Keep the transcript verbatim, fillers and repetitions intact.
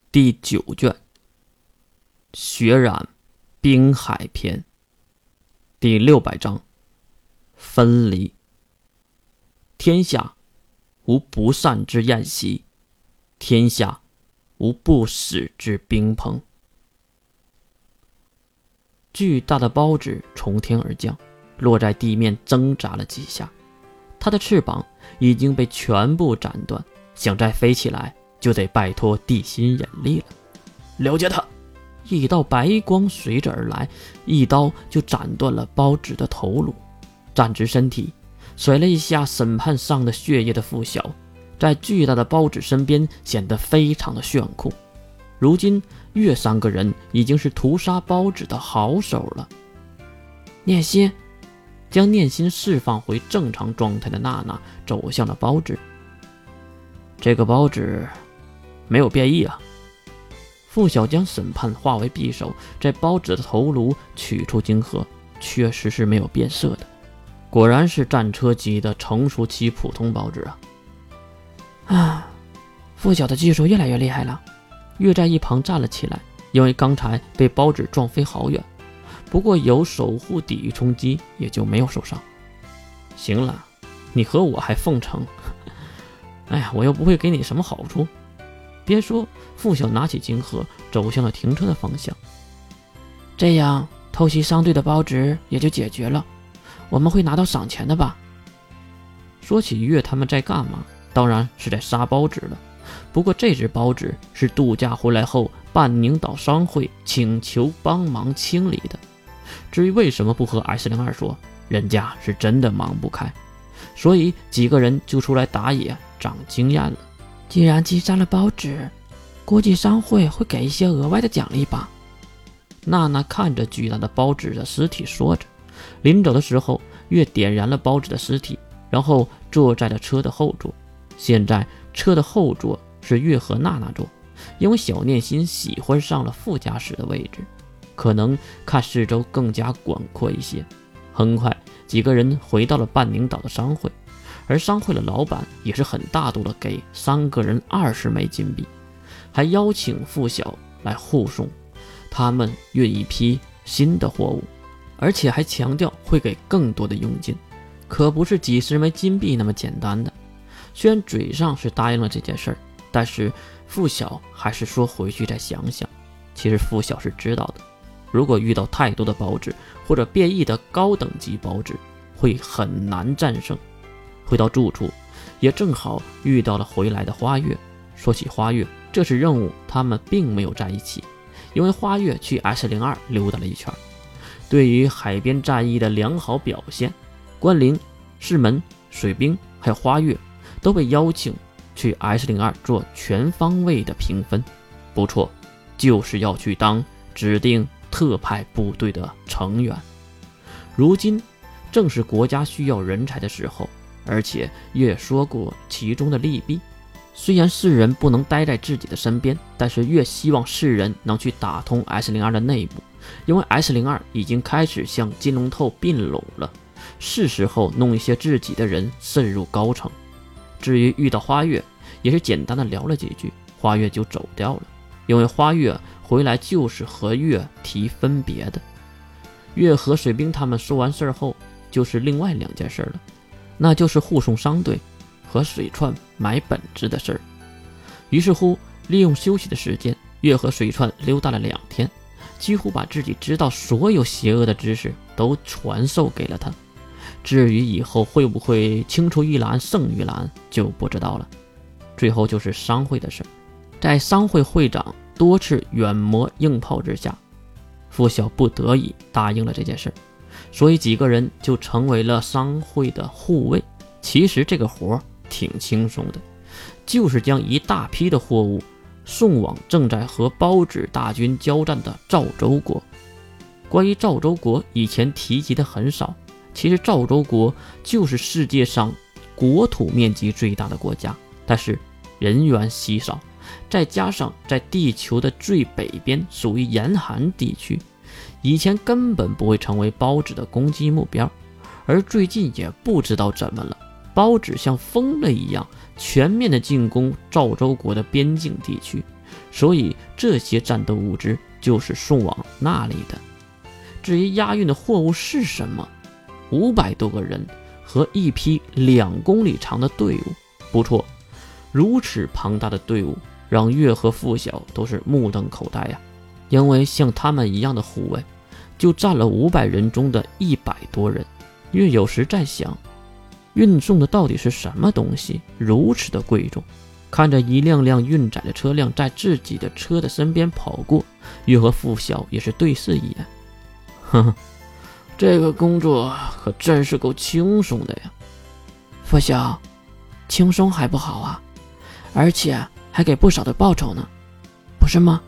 第九卷，血染滨海篇，第六百章，分离。天下无不散之宴席，天下无不死之冰棚。巨大的包纸从天而降，落在地面挣扎了几下，它的翅膀已经被全部斩断，想再飞起来就得拜托地心引力了。了解他！一道白光随着而来，一刀就斩断了包纸的头颅，站直身体，甩了一下审判上的血液的拂晓，在巨大的包纸身边显得非常的炫酷。如今岳三个人已经是屠杀包纸的好手了。念心将念心释放回正常状态的娜娜走向了包纸。这个包纸没有变异啊。傅晓将审判化为匕首，在包纸的头颅取出晶核，确实是没有变色的，果然是战车级的成熟期普通包纸啊！啊，傅晓的技术越来越厉害了。岳在一旁站了起来，因为刚才被包纸撞飞好远，不过有守护抵御冲击，也就没有受伤。行了，你和我还奉承，哎呀，我又不会给你什么好处。别说，傅晓拿起晶核走向了停车的方向。这样偷袭商队的包纸也就解决了，我们会拿到赏钱的吧？说起岳他们在干嘛，当然是在杀包纸了。不过这只包纸是度假回来后半宁岛商会请求帮忙清理的。至于为什么不和 S 零二 说，人家是真的忙不开，所以几个人就出来打野长经验了。既然击杀了包纸，估计商会会给一些额外的奖励吧。娜娜看着巨大的包纸的尸体说着，临走的时候岳点燃了包纸的尸体，然后坐在了车的后座。现在车的后座是岳和娜娜坐，因为小念心喜欢上了副驾驶的位置，可能看四周更加广阔一些。很快几个人回到了半宁岛的商会，而商会的老板也是很大度的给三个人二十枚金币，还邀请傅晓来护送他们运一批新的货物，而且还强调会给更多的佣金，可不是几十枚金币那么简单的。虽然嘴上是答应了这件事儿，但是傅晓还是说回去再想想。其实傅晓是知道的，如果遇到太多的包纸或者变异的高等级包纸，会很难战胜。回到住处，也正好遇到了回来的花月。说起花月，这次任务他们并没有在一起，因为花月去 S 零二 溜达了一圈。对于海边战役的良好表现，关灵、世门、水兵还有花月都被邀请去 S 零二 做全方位的评分。不错，就是要去当指定特派部队的成员。如今正是国家需要人才的时候，而且岳说过其中的利弊。虽然世人不能待在自己的身边，但是越希望世人能去打通 S 零二 的内部，因为 S 零二 已经开始向金龙透并拢了，是时候弄一些自己的人渗入高层。至于遇到花月，也是简单的聊了几句，花月就走掉了，因为花月回来就是和月提分别的。月和水兵他们说完事后，就是另外两件事了，那就是护送商队和水川买本子的事儿。于是乎，利用休息的时间，月和水川溜达了两天，几乎把自己知道所有邪恶的知识都传授给了他。至于以后会不会青出于蓝胜于蓝，就不知道了。最后就是商会的事，在商会会长多次远磨硬泡之下，傅晓不得已答应了这件事，所以几个人就成为了商会的护卫。其实这个活挺轻松的，就是将一大批的货物送往正在和包纸大军交战的赵州国。关于赵州国以前提及的很少，其实赵州国就是世界上国土面积最大的国家，但是人员稀少，再加上在地球的最北边属于严寒地区，以前根本不会成为包纸的攻击目标。而最近也不知道怎么了，包纸像疯了一样全面的进攻赵州国的边境地区， 所以这些战斗物资就是送往那里的。至于押运的货物是什么，五百多个人和一批两公里长的队伍，不错，如此庞大的队伍让月和付晓都是目瞪口呆呀、啊。因为像他们一样的护卫就占了五百人中的一百多人。月有时在想，运送的到底是什么东西如此的贵重？看着一辆辆运载的车辆在自己的车的身边跑过，月和付晓也是对视一眼。呵呵，这个工作可真是够轻松的呀。 付晓，轻松还不好啊，而且还给不少的报酬呢，不是吗？